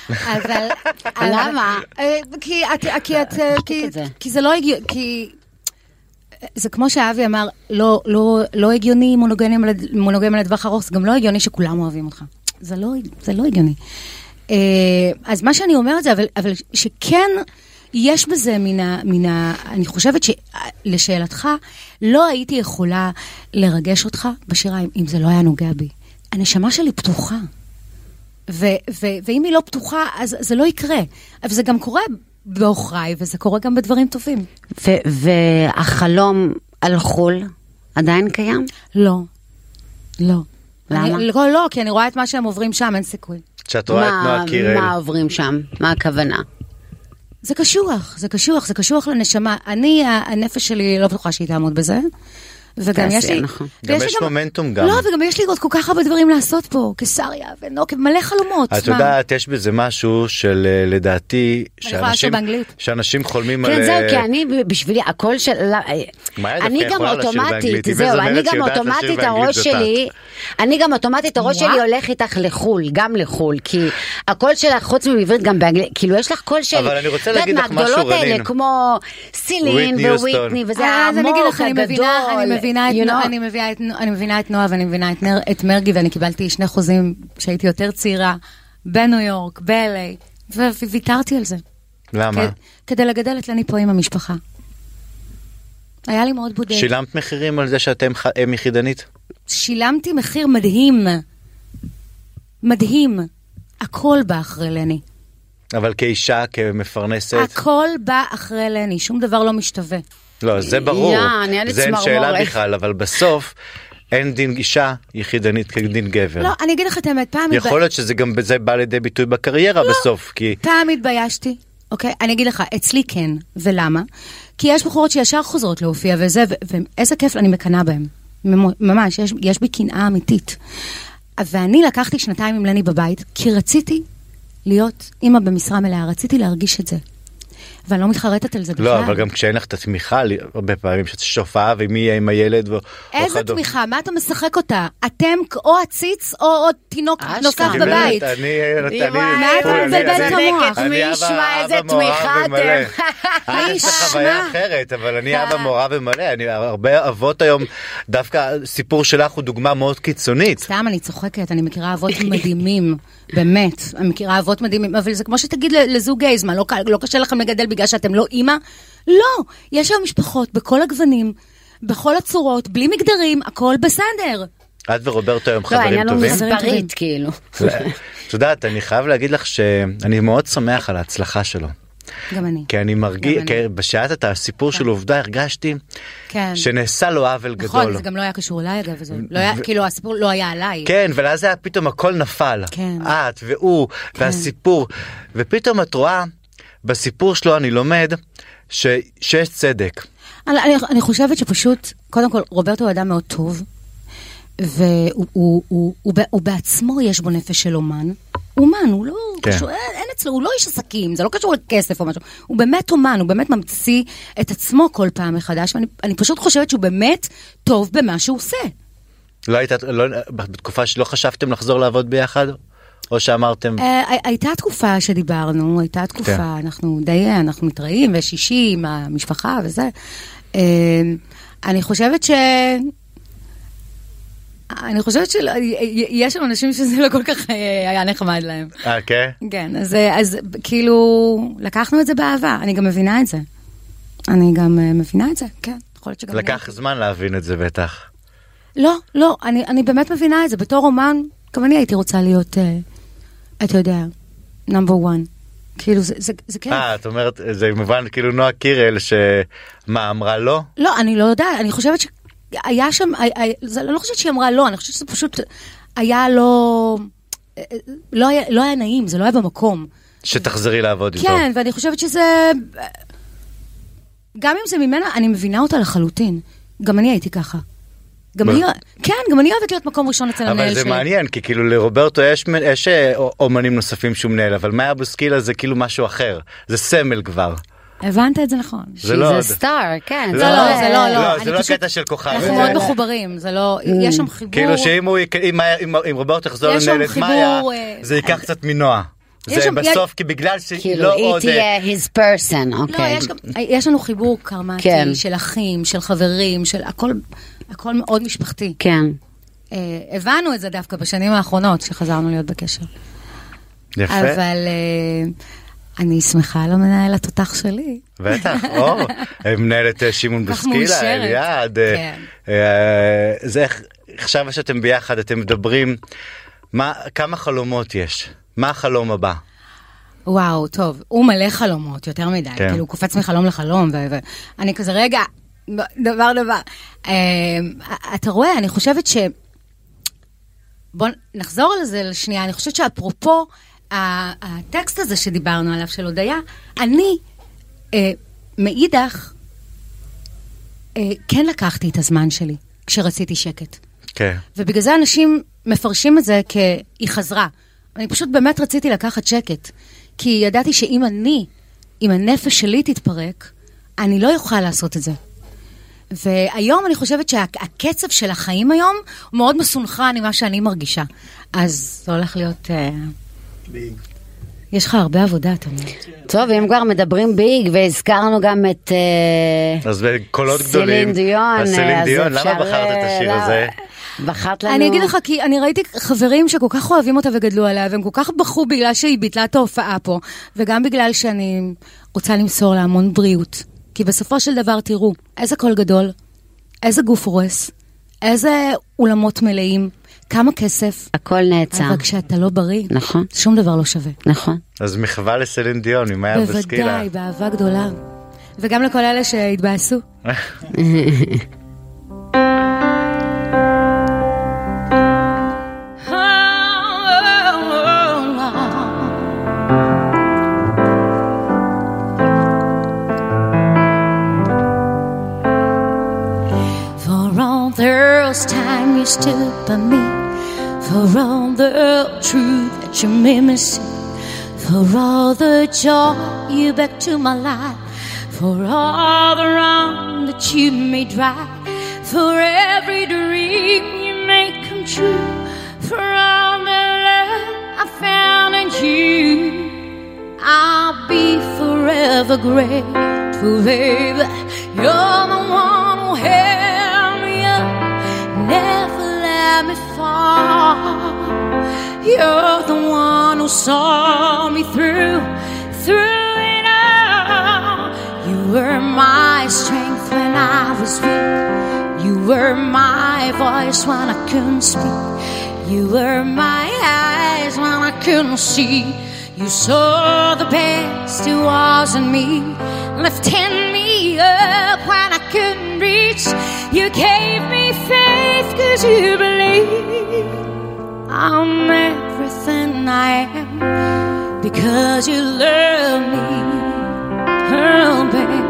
למה? כי זה לא הגיע, כי... זה כמו שאבי אמר, לא הגיוני מונוגמיה לטווח ארוך, זה גם לא הגיוני שכולם אוהבים אותך. זה לא הגיוני. אז מה שאני אומרת זה, אבל שכן יש בזה אני חושבת שלשאלתך, לא הייתי יכולה לרגש אותך בשירה, אם זה לא היה נוגע בי. הנשמה שלי פתוחה. ואם היא לא פתוחה, אז זה לא יקרה. אבל זה גם קורה באוכריי, וזה קורה גם בדברים טובים. והחלום על חול עדיין קיים? לא. למה? לא, כי אני רואה את מה שהם עוברים שם, אין סיכוי. שאת רואה את נועה קירל. מה עוברים שם? מה הכוונה? זה קשוח לנשמה. הנפש שלי לא בטוחה שהיא תעמוד בזה. וגם יש לי... גם יש מומנטום גם. לא, וגם יש לי עוד כל כך הרבה דברים לעשות פה, קיסריה ונוקב, מלא חלומות. את יודעת, יש בזה משהו של, לדעתי, שאנשים חולמים על... כן, זהו, כי אני, בשבילי, הכל של... אני גם אוטומטית, זהו, אני גם אוטומטית, הראש שלי הולך איתך לחול, גם לחול, כי הקול שלך, חוץ מעברית, גם באנגלית, כאילו, יש לך קול של... אבל אני רוצה להגיד לך משהו, רנין. כמו סילין וויטני, וזה העמוק, הגדול. אני מבינה את נועה ואני מבינה את מרגי, ואני קיבלתי 2 חוזים שהייתי יותר צעירה בניו יורק, ב-LA, וויתרתי על זה. למה? כדי לגדל את לני פה עם המשפחה. היה לי מאוד בודד. שילמת מחירים על זה שאתם אם יחידנית? שילמתי מחיר מדהים. מדהים. הכל בא אחרי לני. אבל כאישה, כמפרנסת? הכל בא אחרי לני, שום דבר לא משתווה. לא, זה ברור, זה אין שאלה בכלל, אבל בסוף אין דין אישה יחידנית כדין גבר. לא, אני אגיד לך את האמת, פעם... יכול להיות שזה גם בזה בא לידי ביטוי בקריירה בסוף, כי... פעם התביישתי, אוקיי? אני אגיד לך, אצלי כן, ולמה? כי יש בחורות שישר חוזרות להופיע וזה, ואיזה כיף אני מקנה בהם. ממש, יש בי קנאה אמיתית. ואני לקחתי 2 עם לני בבית, כי רציתי להיות אמא במשרה מלאה, רציתי להרגיש את זה. ואני לא מתחרטת על זה בכלל. לא, אבל גם כשאין לך את התמיכה, הרבה פעמים שאת שופעה, ומי יהיה עם הילד איזה תמיכה? מה אתה משחק אותה? אתם או הציץ או תינוק נוסף בבית. מה אתה מבלבל את המוח? מי ישמע איזה תמיכה אתם? מי ישמע? זה חוויה אחרת, אבל אני אבא מורה ומלא. הרבה אבות היום, דווקא סיפור שלך הוא דוגמה מאוד קיצונית. סתם, אני צוחקת, אני מכירה אבות מדהימים, באמת. אני מכירה אבות מדהימים, אבל זה כמו שתגיד לזוג גייז, מה, לא קשה לכם לגדל בגלל שאתם לא אימא? לא, יש שם משפחות בכל הגוונים, בכל הצורות, בלי מגדרים, הכל בסדר. את ורוברטו היום חברים טובים? לא, העניין הוא מספרית, כאילו. את יודעת, אני חייב להגיד לך שאני מאוד שמח על ההצלחה שלו. גם אני. כי אני מרגיש, בשעת את הסיפור של עובדה הרגשתי שנעשה לו עוול גדול. נכון, זה גם לא היה קשור אליי אגב, כאילו הסיפור לא היה עליי. כן, ואז היה פתאום הכל נפל. את והוא והסיפור. ופתאום את רואה, בסיפור שלו אני לומד שיש צדק. אני חושבת שפשוט, קודם כל, רוברטו הוא אדם מאוד טוב, והוא בעצמו יש בו נפש של אומן. אומן, הוא לא קשור, אין אצלו, הוא לא איש עסקים, זה לא קשור לכסף או משהו. הוא באמת אומן, הוא באמת ממציא את עצמו כל פעם מחדש, ואני פשוט חושבת שהוא באמת טוב במה שהוא עושה. בתקופה שלא חשבתם לחזור לעבוד ביחד? או שאמרתם... הייתה תקופה שדיברנו, הייתה תקופה, אנחנו מתראים, ושישי עם המשפחה וזה. אני חושבת שיש אנשים שזה לא כל כך היה נחמד להם. כן? כן, אז כאילו, לקחנו את זה באהבה, אני גם מבינה את זה. כן. לקח זמן להבין את זה בטח. לא, אני באמת מבינה את זה. בתור אומן, גם אני הייתי רוצה להיות, אתה יודע, number one. כאילו, זה כיף. את אומרת, זה מובן כאילו נועה קירל, שמה, אמרה לא? לא, אני לא יודעת, אני חושבת היה שם, אני לא חושבת שהיא אמרה לא, אני חושבת שזה פשוט היה לא היה נעים, זה לא היה במקום. שתחזרי לעבוד איתו. כן, ואני חושבת שזה, גם אם זה ממנה, אני מבינה אותה לחלוטין. גם אני הייתי ככה. גם אני אוהבת להיות מקום ראשון אצל המנהל שלי. אבל שלי. זה מעניין, כי כאילו לרוברטו יש אומנים נוספים שהוא מנהל, אבל מאיה בוסקילה זה כאילו משהו אחר. זה סמל כבר. הבנת את זה נכון. שזה סטאר, כן. זה לא. זה לא קטע של כוכב. אנחנו מאוד מחוברים, זה לא, יש שם חיבור. כאילו שאם רוברטו יחזור לנהל את מאיה, זה ייקח קצת מנועה. זה בסוף, כי בגלל שהיא לא עוד... כאילו, היא תהיה his person, אוקיי. לא, יש לנו חיבור קרמטי של אחים, של חברים, של הכל מאוד משפחתי. כן. הבנו את זה דווקא בשנים האחרונות, שחזרנו להיות בקשר. יפה. אבל אני שמחה על המנהל התותח שלי. בטח, מנהלת שמעון בוסקילה, אליעד. זה עכשיו שאתם ביחד, אתם מדברים, כמה חלומות יש? מה החלום הבא? וואו, טוב, הוא מלא חלומות, יותר מדי. כאילו, הוא קופץ מחלום לחלום, ואני כזה, רגע, דבר. אתה רואה, אני חושבת בוא נחזור על זה לשנייה, אני חושבת שאפרופו הטקסט הזה שדיברנו עליו של הודיה, אני מאידך כן לקחתי את הזמן שלי כשרציתי שקט. כן. ובגלל זה אנשים מפרשים את זה כהיא חזרה. אני פשוט באמת רציתי לקחת שקט, כי ידעתי שאם אם הנפש שלי תתפרק, אני לא יוכל לעשות את זה. והיום אני חושבת שהקצב של החיים היום הוא מאוד מסונכרן עם מה שאני מרגישה. אז זה הולך להיות... ביג. יש לך הרבה עבודה, תמיד. טוב, אם כבר מדברים ביג, והזכרנו גם את... אז בקולות גדולים. סלין דיון, למה בחרת את השיר הזה? בחרת לנו... אני אגיד לך, כי אני ראיתי חברים שכל כך אוהבים אותה וגדלו עליה, והם כל כך בחרו בגלל שהיא ביטלה את ההופעה פה, וגם בגלל שאני רוצה למסור לה המון בריאות. כי בסופו של דבר תראו, איזה קול גדול, איזה גוף רועס, איזה אולמות מלאים, כמה כסף. הכל נעצר. אבל כשאתה לא בריא, נכון. שום דבר לא שווה. נכון. אז מחווה לסלין דיון, עם היה בסקילה. בוודאי, באהבה גדולה. וגם לכל אלה שהתבאסו. Time you stood by me, for all the truth that you made me see, for all the joy you brought to my life, for all the wrong that you made right, for every dream you made come true, for all the love I found in you. I'll be forever grateful, baby. You're the one who held me up, never let me fall. You're the one who saw me through it all. You were my strength when I was weak. You were my voice when I couldn't speak. You were my eyes when I couldn't see. You saw the best it was in me, lifting me up when I couldn't reach. You gave me faith 'cause you believe I'm everything I am, because you love me, oh babe.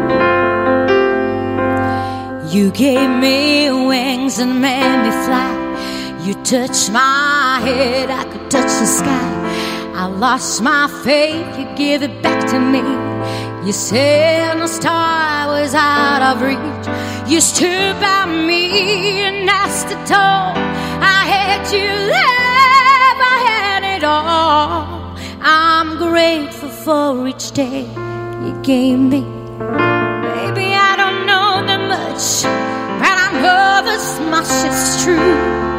You gave me wings and made me fly. You touched my head, I could touch the sky. I lost my faith, you gave it back to me. You said the star was out of reach. You stood by me and I stood tall. I had you love, I had it all. I'm grateful for each day you gave me. Baby, I don't know that much, but I know this much is true.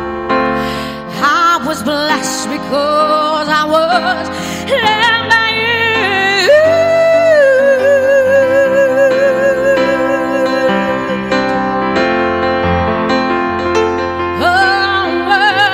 I was blessed because I was loved by you. Oh,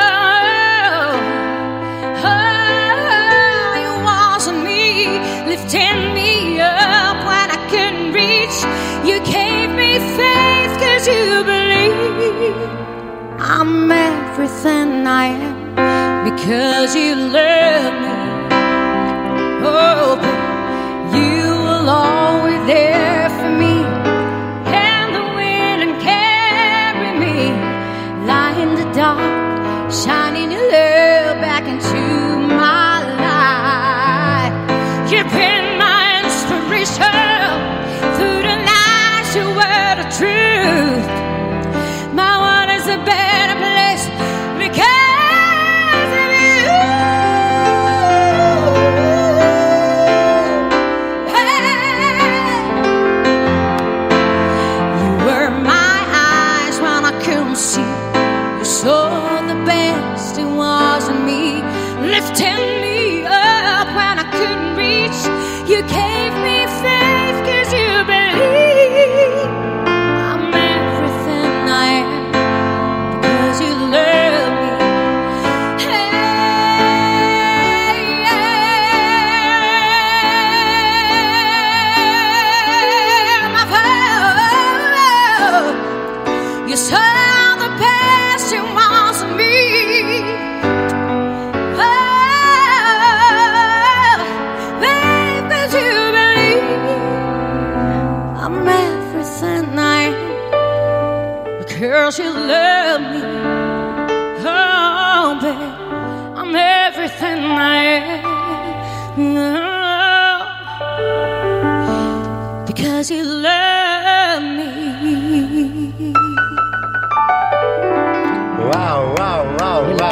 it wasn't me lifting me up when I couldn't reach. You gave me faith 'cause you believe I'm everything I am, because you love me. Oh, babe, you will always there for me. And the wind and carry me, light in the dark, shining your love back into my life. You've been my inspiration through the night. You were the truth. My world is a better place because of you.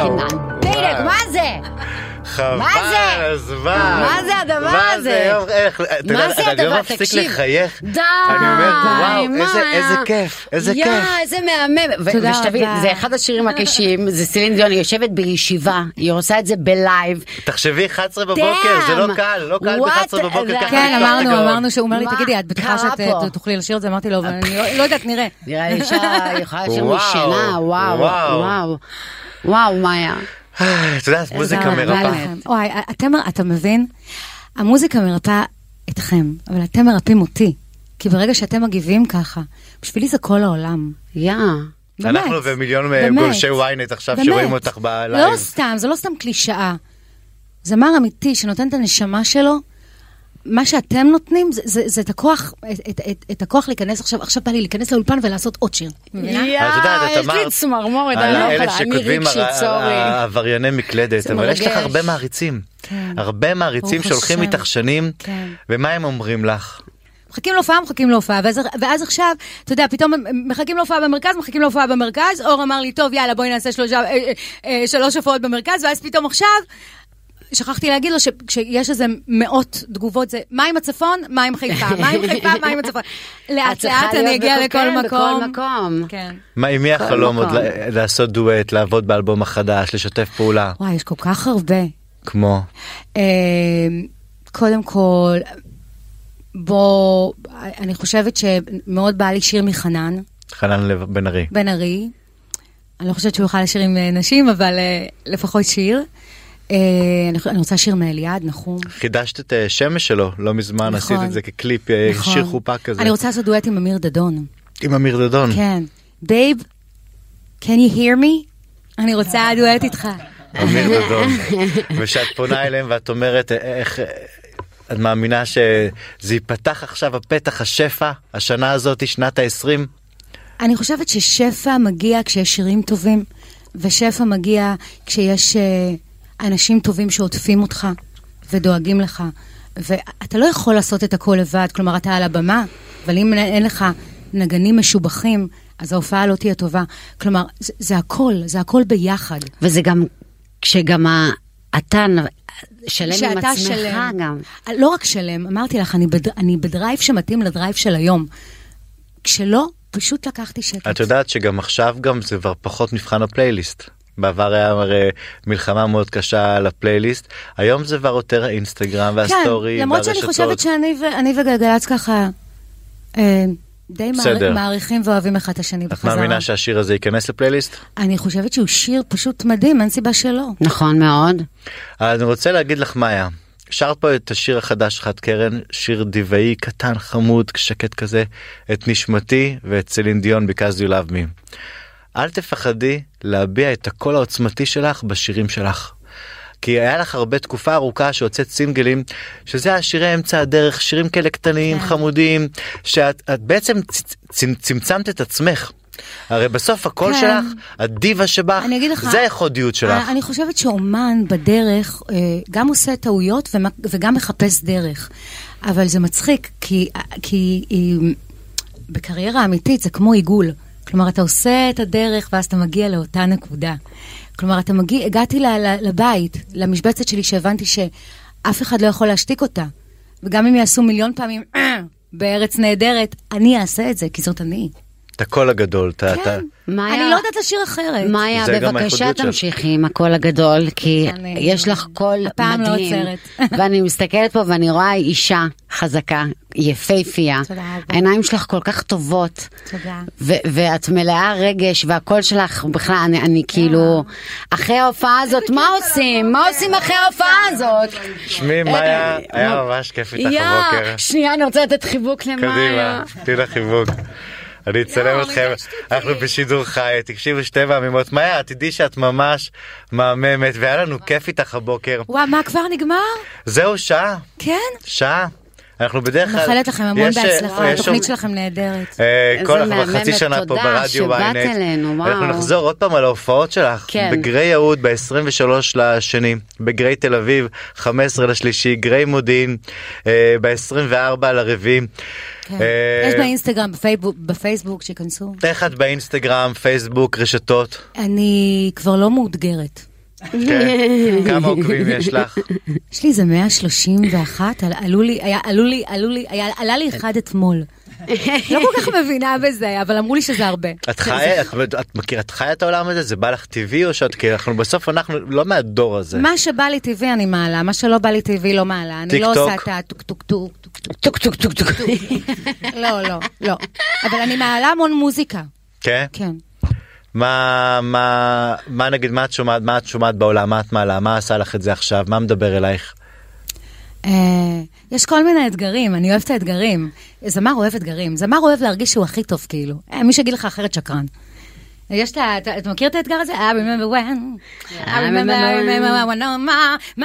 קינן. בדיוק, מה זה? חבל מה זה? הזמן. מה זה הדבר הזה? מה זה הדבר? תקשיב. תקשיב. לחייך. די. אני אומר, וואו, מה? איזה כיף, איזה כיף. איזה מהמם. תודה ושתבין, רבה. זה אחד השירים הקשים, זה סלין דיון, היא יושבת בישיבה, היא עושה את זה בלייב. תחשבי 11 בבוקר, זה לא קל, לא קל ב-11 בבוקר ככה. כן, לפתוח את הגרון. אמרנו שהוא אומר לי, מה תגידי, את בטוחה קרה שאת פה? תוכלי לשיר את זה? אמרתי לו, אבל אני לא יודעת, נראה. נראה לי אישה יכולה לשיר וואו, משינה, וואו, וואו. וואו. וואו, מאיה. את יודעת, מוזיקה תודה רבה מרפאה. לכם. וואי, אתה מבין? המוזיקה מרפאה אתכם, אבל אתם מרפאים אותי. כי ברגע שאתם מגיבים ככה, בשבילי זה כל העולם. יא. באמת. אנחנו ומיליון באמת. גולשי וויינט עכשיו באמת. שרואים אותך בלייב. לא סתם, זה לא סתם קלישאה. זמר אמיתי שנותן את הנשמה שלו, מה שאתם נותנים זה את הכוח, את הכוח להיכנס עכשיו בא לי להיכנס לאולפן ולעשות עוד שיר. מבינה? את יודעת, את יש לי אמרת צמרמורת, על אני לא אלה יכולה, אני שכותבים רגשית, סורי. עברייני מקלדת, זה אבל יש לך מרגש. הרבה מעריצים. כן. הרבה מעריצים ברוך שהולכים השם. איתך שנים, כן. ומה הם אומרים לך? מחכים להופעה, ואז עכשיו, אתה יודע, פתאום מחכים להופעה במרכז, אור אמר לי, טוב, יאללה, בואי נעשה 3 הופעות במרכז, ואז פתאום עכשיו, שכחתי להגיד לו שכשיש איזה מאות תגובות, זה מה עם הצפון, מה עם חיפה, מה עם הצפון. לאט לאט אני אגיע לכל מקום. בכל מקום. כן. מה, עם מי החלום עוד מקום. לעשות דואט, לעבוד באלבום החדש, לשתף פעולה? וואי, יש כל כך הרבה. כמו? קודם כל, אני חושבת שמאוד בא לי שיר מחנן. חנן בן ארי. אני לא חושבת שהוא יוכל לשיר עם נשים, אבל לפחות שיר. אני רוצה שיר מאליעד, נחום. חידשת את שמש שלו, לא מזמן נכון. עשית את זה כקליפ, נכון. שיר חופה כזה. אני רוצה לעשות דואט עם אמיר דדון. עם אמיר דדון. כן. בייב, can you hear me? אני רוצה דואט איתך. אמיר דדון. ושאת פונה אליהם ואת אומרת, איך... את מאמינה שזה ייפתח עכשיו הפתח השפע, השנה הזאת, שנת ה-20? אני חושבת ששפע מגיע כשיש שירים טובים, ושפע מגיע כשיש אנשים טובים שעוטפים אותך ודואגים לך. ואתה לא יכול לעשות את הכל לבד, כלומר אתה על הבמה, אבל אם אין לך נגנים משובחים, אז ההופעה לא תהיה טובה. כלומר, זה הכל ביחד. וזה גם, כשגם אתה שלם עם כשאתה עצמך שלם. גם. לא רק שלם, אמרתי לך, אני בדרייב שמתאים לדרייב של היום. כשלא, פשוט לקחתי שקט. את יודעת שגם עכשיו גם זה כבר פחות מבחן הפלייליסט. בעבר היה הרי מלחמה מאוד קשה על הפלייליסט, היום זה כבר יותר האינסטגרם והסטורי כן, למרות שאני חושבת שאני וגלגלצ ככה די מעריכים ואוהבים אחד את השני בחזרה. את מאמינה שהשיר הזה ייכנס לפלייליסט? אני חושבת שהוא שיר פשוט מדהים, אין סיבה שלא. נכון מאוד. אני רוצה להגיד לך מאיה, שרת פה את השיר החדש שלך, קרן, שיר דיוואי קטן חמוד שקט כזה, את נשמתי ואת סלין דיון Because You Love Me. אל תפחדי להביע את הקול העוצמתי שלך בשירים שלך. כי היה לך הרבה תקופה ארוכה שהוצאת סינגלים, שזה השירי אמצע הדרך, שירים כאלה קטנים, חמודים, שאת בעצם צמצמת את עצמך. הרי בסוף הקול שלך, הדיבה שבך, זה הייחודיות שלך. אני חושבת שאומן בדרך גם עושה טעויות וגם מחפש דרך. אבל זה מצחיק, כי בקריירה אמיתית זה כמו עיגול. כלומר, אתה עושה את הדרך ואז אתה מגיע לאותה נקודה. כלומר, הגעתי לבית, למשבצת שלי, שהבנתי שאף אחד לא יכול להשתיק אותה. וגם אם יעשו מיליון פעמים בארץ נהדרת, אני אעשה את זה, כי זאת אני. את הקול הגדול. כן, אני לא יודעת לשיר אחרת. מאיה, בבקשה תמשיכי עם הקול הגדול, כי יש לך קול מדהים. ואני מסתכלת פה ואני רואה אישה חזקה, יפהפייה. העיניים שלך כל כך טובות. תודה. ואת מלאה רגש, והקול שלך בכלל, אני כאילו, אחרי ההופעה הזאת, מה עושים? מה עושים אחרי ההופעה הזאת? שמי, מאיה, היה ממש כיף איתך בבוקר. שנייה, אני רוצה לתת חיבוק למאיה. קדימה, תהי לך חיבוק. אני אצלם אתכם, אנחנו בשידור חי, תקשיבו 2 פעמימות. מאיה, תדעי שאת ממש מהממת, והיה לנו כיף איתך הבוקר. וואו, מה כבר נגמר? זהו, שעה. כן? שעה. אנחנו בדרך כלל... מאחלת לכם המון בהצלחה, התוכנית שלכם נהדרת. אנחנו חצי שנה פה ברדיו וויינט. אנחנו נחזור עוד פעם על ההופעות שלך. בגרי יהוד ב-23 לשני, בגרי תל אביב 15 לשלישי, גרי מודיעין ב-24 לרביעי. יש באינסטגרם, בפייסבוק שכנסו. איך את באינסטגרם, פייסבוק, רשתות? אני כבר לא מאותגרת. כמה עוקבים יש לך? יש לי איזה 131, עלה לי אחד אתמול. לא כל כך מבינה בזה, אבל אמרו לי שזה הרבה. את חיה את העולם הזה? זה בא לך טבעי או שאת, כי בסוף אנחנו לא מהדור הזה. מה שבא לי טבעי אני מעלה, מה שלא בא לי טבעי לא מעלה. אני לא עושה את הטוק טוק טוק טוק טוק טוק טוק. לא. אבל אני מעלה המון מוזיקה. כן? כן. מה נגיד, מה את שומעת בעולם, מה את מעלה, מה עשה לך את זה עכשיו, מה מדבר אלייך? יש כל מיני אתגרים, אני אוהבת את האתגרים. זמר אוהב אתגרים, זמר אוהב להרגיש שהוא הכי טוב כאילו. מי שיגיד לך אחרת שקרן. יש אתה מכיר את האתגר הזה? I remember when, I remember when, no,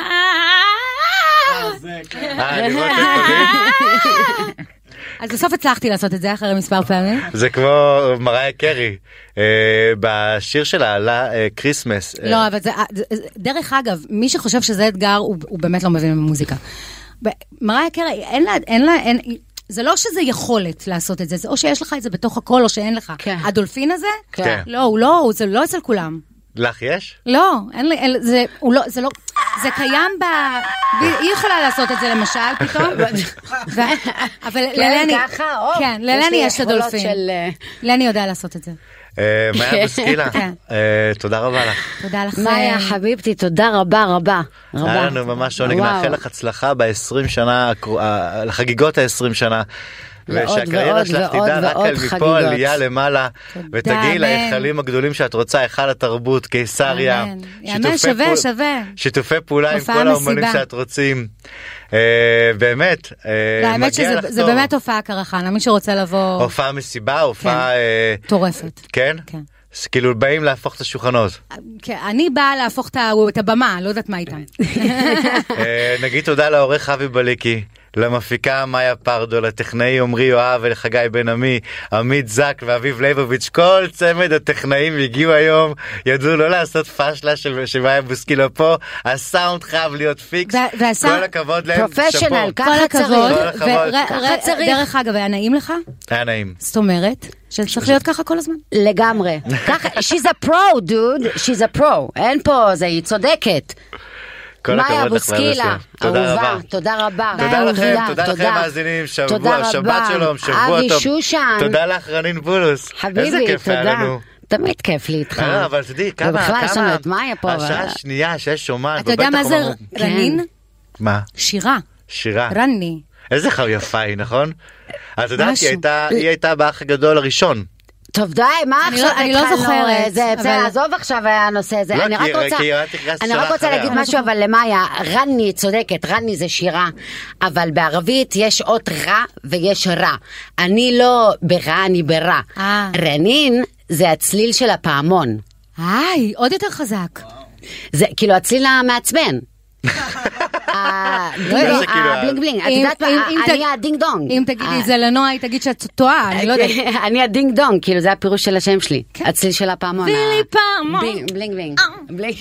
אז בסוף הצלחתי לעשות את זה אחרי מספר פעמים. זה כמו מריה קרי, בשיר שלה, קריסמס. לא, אבל זה, דרך אגב, מי שחושב שזה אתגר, הוא באמת לא מבין במוזיקה. מריה קרי, זה לא שזה יכולת לעשות את זה, זה או שיש לך את זה בתוך הכל, או שאין לך. הדולפין הזה? כן. לא, זה לא אצל כולם. לך יש? לא, זה קיים היא יכולה לעשות את זה למשל פתאום. אבל ללני יש את הדולפין. לני יודע לעשות את זה. מאיה בוסקילה, תודה רבה לך. תודה לך. מאיה חביבתי, תודה רבה. היה לנו ממש עונג, נאחל לך הצלחה ב-20 שנה, לחגיגות ה-20 שנה. ושהקריירה שלך תדע רק על מפה עלייה למעלה, ותגיעי להיכלים הגדולים שאת רוצה, היכל התרבות, קיסריה, שיתופי פעולה עם כל האומנים שאת רוצים. באמת, האמת שזה באמת הופעה קרחנה, מי שרוצה לבוא... הופעה מסיבה, הופעה... טורפת. כן? כן. כאילו באים להפוך את השולחנות. כן, אני באה להפוך את הבמה, לא יודעת מה איתם. נגיד תודה לעורך אבי בליקי, למפיקה מאיה פרדו, לטכנאי עמרי יואב ולחגי בן עמי, עמית זק ואביב ליבוביץ', כל צמד הטכנאים הגיעו היום, ידעו לא לעשות פשלה של מאיה בוסקילה פה, הסאונד חייב להיות פיקס, כל הכבוד להם, פרופשנל, ככה צריך. דרך אגב, היה נעים לך? היה נעים. זאת אומרת, שצריך להיות ככה כל הזמן? לגמרי. She's a pro, dude, she's a pro, אין פה, היא צודקת. מאיה בוסקילה, אהובה, תודה רבה. תודה לכם מאזינים, שבוע, שבת שלום, שבוע טוב. אבי שושן. תודה לך רנין בולוס. חביבי, תודה. תמיד כיף לי איתך. אבל תדעי, כמה, השעה שנייה שיש שומעת. אתה יודע מה זה רנין? מה? שירה. רני. איזה יפה היא, נכון? את יודעת, היא הייתה באח הגדול הראשון. טוב די, מה עכשיו? אני לא זוכרת. זה עזוב עכשיו הנושא הזה. אני רק רוצה להגיד משהו, אבל למאיה, רני צודקת, רני זה שירה, אבל בערבית יש אות רע ויש רע. אני לא ברע, אני ברע. רנין זה הצליל של הפעמון. עוד יותר חזק. זה כאילו הצליל המעצבן. בלינג בלינג, את יודעת מה, אני הדינג דונג. אם תגידי את זה לנועה, היא תגיד שאת טועה, אני לא יודעת. אני הדינג דונג, כאילו זה הפירוש של השם שלי, הצליל של הפעמון. בילי פעמון. בלינג בלינג.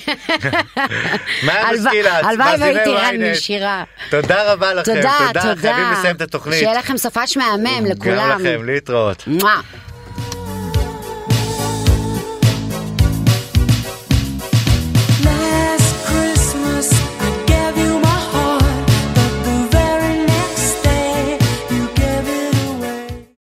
הלוואי והייתי רני שירה. תודה רבה לכם, תודה, חייבים לסיים את התוכנית. שיהיה לכם סופש מהמם לכולם. גם לכם, להתראות.